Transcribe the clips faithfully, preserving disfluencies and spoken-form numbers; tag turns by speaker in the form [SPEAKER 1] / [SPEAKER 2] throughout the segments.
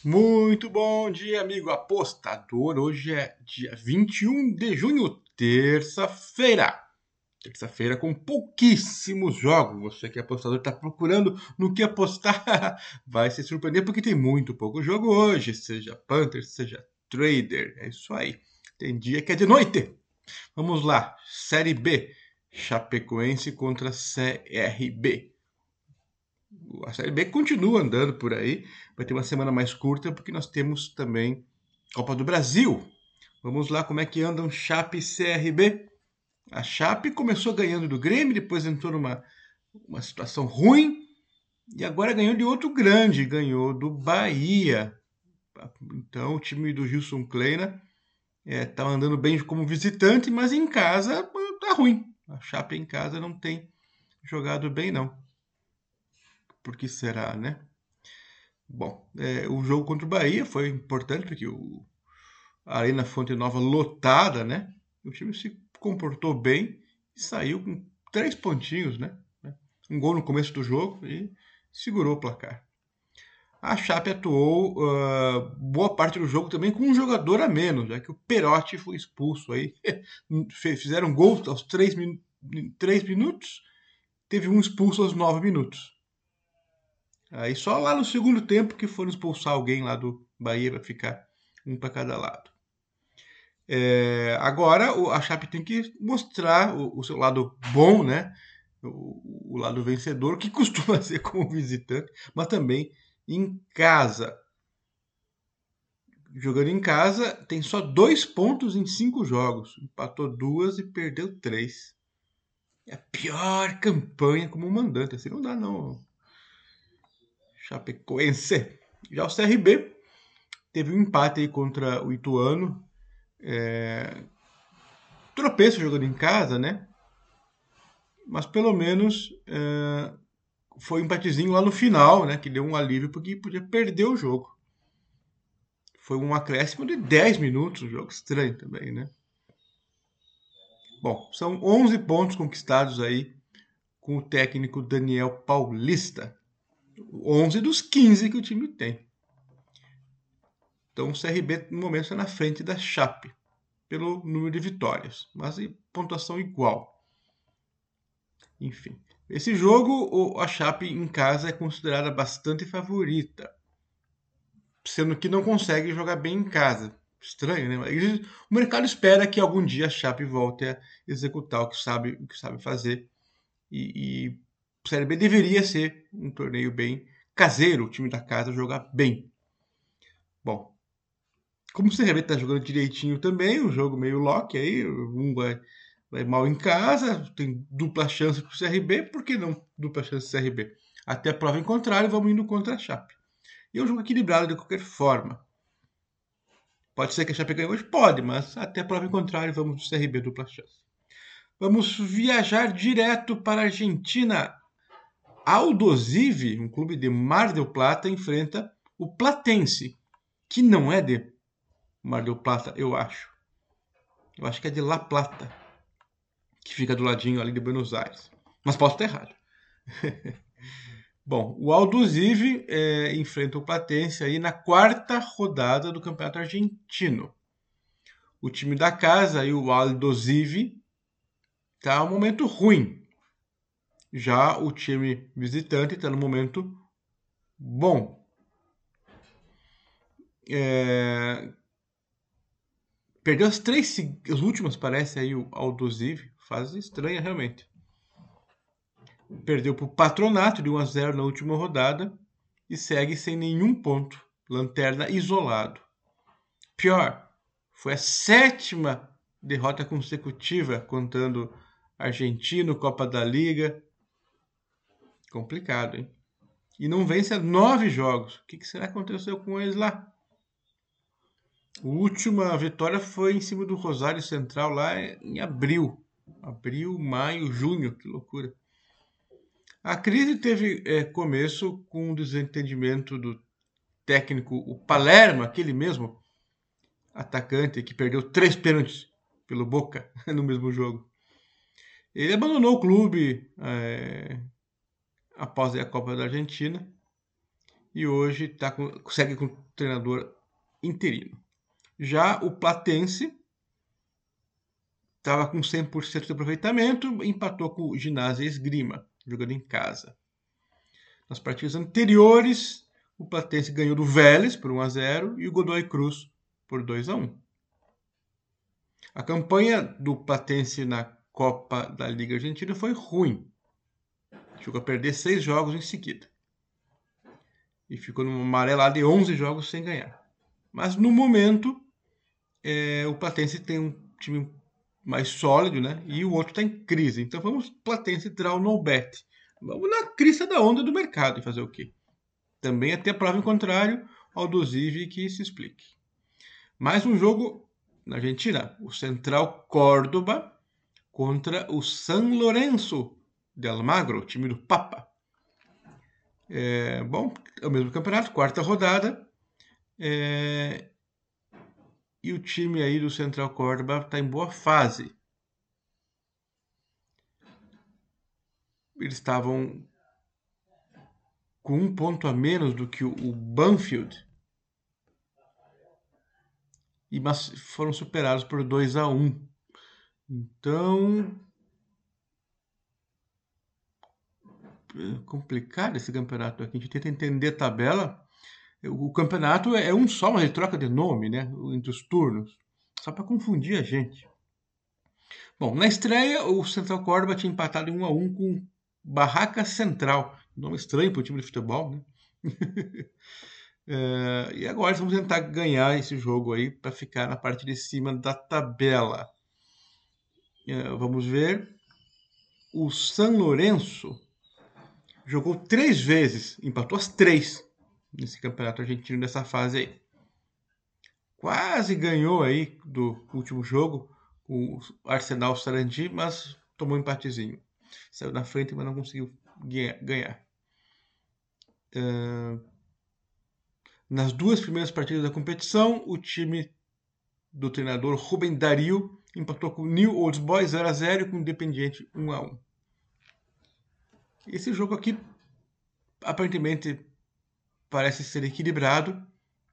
[SPEAKER 1] Muito bom dia, amigo apostador. Hoje é dia vinte e um de junho, terça-feira. Terça-feira com pouquíssimos jogos. Você que é apostador está procurando no que apostar, vai se surpreender porque tem muito pouco jogo hoje, seja Panther, seja Trader. É isso aí. Tem dia que é de noite. Vamos lá. Série B. Chapecoense contra C R B. A Série B continua andando por aí. Vai ter uma semana mais curta, porque nós temos também Copa do Brasil. Vamos lá, como é que andam Chape e C R B? A Chape começou ganhando do Grêmio, depois entrou numa uma situação ruim, e agora ganhou de outro grande, ganhou do Bahia. Então o time do Gilson Kleina está é, andando bem como visitante, mas em casa tá ruim. A Chape em casa não tem jogado bem, não. Por que será, né? Bom, é, o jogo contra o Bahia foi importante porque o, a Arena Fonte Nova lotada, né? O time se comportou bem e saiu com três pontinhos, né? Um gol no começo do jogo e segurou o placar. A Chape atuou uh, boa parte do jogo também com um jogador a menos, já que o Perotti foi expulso aí. Fizeram gol aos três, três minutos, teve um expulso aos nove minutos. Aí só lá no segundo tempo que foram expulsar alguém lá do Bahia para ficar um para cada lado. É, agora a Chape tem que mostrar o, o seu lado bom, né? O, o lado vencedor, que costuma ser como visitante, mas também em casa. Jogando em casa, tem só dois pontos em cinco jogos. Empatou duas e perdeu três. É a pior campanha como mandante. Assim não dá, não. Chapecoense. Já o C R B teve um empate aí contra o Ituano. É... Tropeço jogando em casa, né? Mas pelo menos é... foi um empatezinho lá no final, né? Que deu um alívio porque podia perder o jogo. Foi um acréscimo de dez minutos, um jogo estranho também, né? Bom, são onze pontos conquistados aí com o técnico Daniel Paulista. onze dos quinze que o time tem. Então o C R B no momento está na frente da Chape pelo número de vitórias, mas em pontuação igual. Enfim, esse jogo a Chape em casa é considerada bastante favorita, sendo que não consegue jogar bem em casa. Estranho, né? O mercado espera que algum dia a Chape volte a executar o que sabe, o que sabe fazer. E, e o Série B deveria ser um torneio bem caseiro, o time da casa jogar bem. Bom, como o C R B está jogando direitinho também, um jogo meio lock aí, um vai, vai mal em casa, tem dupla chance para o C R B, por que não dupla chance do C R B? Até a prova em contrário, vamos indo contra a Chape. E é um jogo equilibrado de qualquer forma. Pode ser que a Chape ganhe hoje? Pode, mas até a prova em contrário, vamos do C R B, dupla chance. Vamos viajar direto para a Argentina. Aldosivi, um clube de Mar del Plata, enfrenta o Platense, que não é de Mar del Plata, eu acho. Eu acho que é de La Plata, que fica do ladinho ali de Buenos Aires. Mas posso estar errado. Bom, o Aldosivi é, enfrenta o Platense aí na quarta rodada do Campeonato Argentino. O time da casa, aí, o Aldosivi, está um momento ruim. Já o time visitante está no momento bom. É... Perdeu as três, as últimas, parece aí o Aldosivi, fase estranha realmente. Perdeu para o Patronato de um a zero na última rodada e segue sem nenhum ponto, lanterna isolado. Pior, foi a sétima derrota consecutiva, contando Argentino, Copa da Liga. Complicado, hein? E não vence há nove jogos. O que será que aconteceu com eles lá? A última vitória foi em cima do Rosário Central lá em abril. Abril, maio, junho, que loucura. A crise teve é, começo com o desentendimento do técnico, o Palermo, aquele mesmo atacante que perdeu três pênaltis pelo Boca no mesmo jogo. Ele abandonou o clube é, após a Copa da Argentina e hoje tá com, segue com o treinador interino. Já o Platense estava com cem por cento de aproveitamento, empatou com o Ginásio Esgrima, jogando em casa. Nas partidas anteriores, o Platense ganhou do Vélez por um a zero e o Godoy Cruz por dois a um. A campanha do Platense na Copa da Liga Argentina foi ruim. Chegou a perder seis jogos em seguida. E ficou numa amarelada de onze jogos sem ganhar. Mas no momento, é, o Platense tem um time mais sólido, né? E o outro está em crise. Então vamos Platense tirar o no bet. Vamos na crista da onda do mercado e fazer o quê? Também até prova em contrário, Aldosivi que se explique. Mais um jogo na Argentina, o Central Córdoba contra o San Lorenzo de Almagro, time do Papa. É, bom, é o mesmo campeonato, quarta rodada. É, e o time aí do Central Córdoba está em boa fase. Eles estavam com um ponto a menos do que o Banfield, e mas foram superados por dois a um. Então, é complicado esse campeonato aqui. A gente tenta entender a tabela. O campeonato é um só, mas ele troca de nome, né? Entre os turnos. Só para confundir a gente. Bom, na estreia, o Central Córdoba tinha empatado em um a um com Barraca Central. Nome estranho para o time de futebol, né? é, e agora vamos tentar ganhar esse jogo aí para ficar na parte de cima da tabela. É, vamos ver. O San Lorenzo jogou três vezes, empatou as três nesse campeonato argentino dessa fase aí. Quase ganhou aí do último jogo o Arsenal Sarandi, mas tomou um empatezinho. Saiu na frente, mas não conseguiu ganhar. Uh, nas duas primeiras partidas da competição, o time do treinador Rubem Darío empatou com o New Old Boys zero a zero e com o Independiente um a um. Esse jogo aqui aparentemente parece ser equilibrado,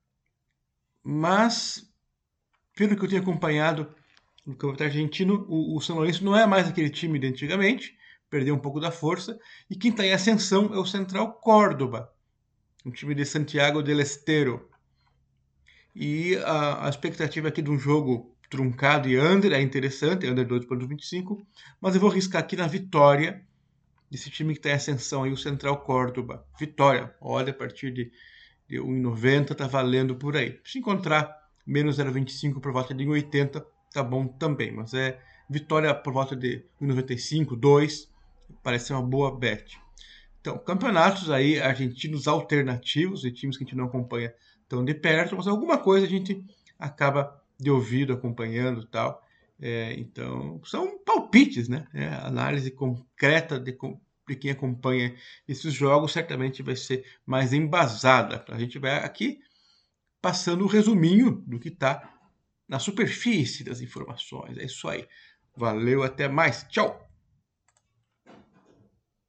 [SPEAKER 1] mas pelo que eu tenho acompanhado no campeonato argentino, o, o São Lourenço não é mais aquele time de antigamente, perdeu um pouco da força, e quem está em ascensão é o Central Córdoba, um time de Santiago del Estero. E a, a expectativa aqui de um jogo truncado e under é interessante, under dois ponto vinte e cinco, mas eu vou arriscar aqui na vitória desse time que está em ascensão, aí, o Central Córdoba. Vitória, olha, a partir de, de um e noventa está valendo por aí. Se encontrar menos zero vírgula vinte e cinco por volta de um e oitenta, tá bom também, mas é vitória por volta de um e noventa e cinco, dois, parece ser uma boa bet. Então, campeonatos aí argentinos alternativos, e times que a gente não acompanha tão de perto, mas alguma coisa a gente acaba de ouvido, acompanhando e tal. É, então, são palpites, né? É, análise concreta de, de quem acompanha esses jogos certamente vai ser mais embasada. A gente vai aqui passando o resuminho do que está na superfície das informações. É isso aí. Valeu, até mais. Tchau!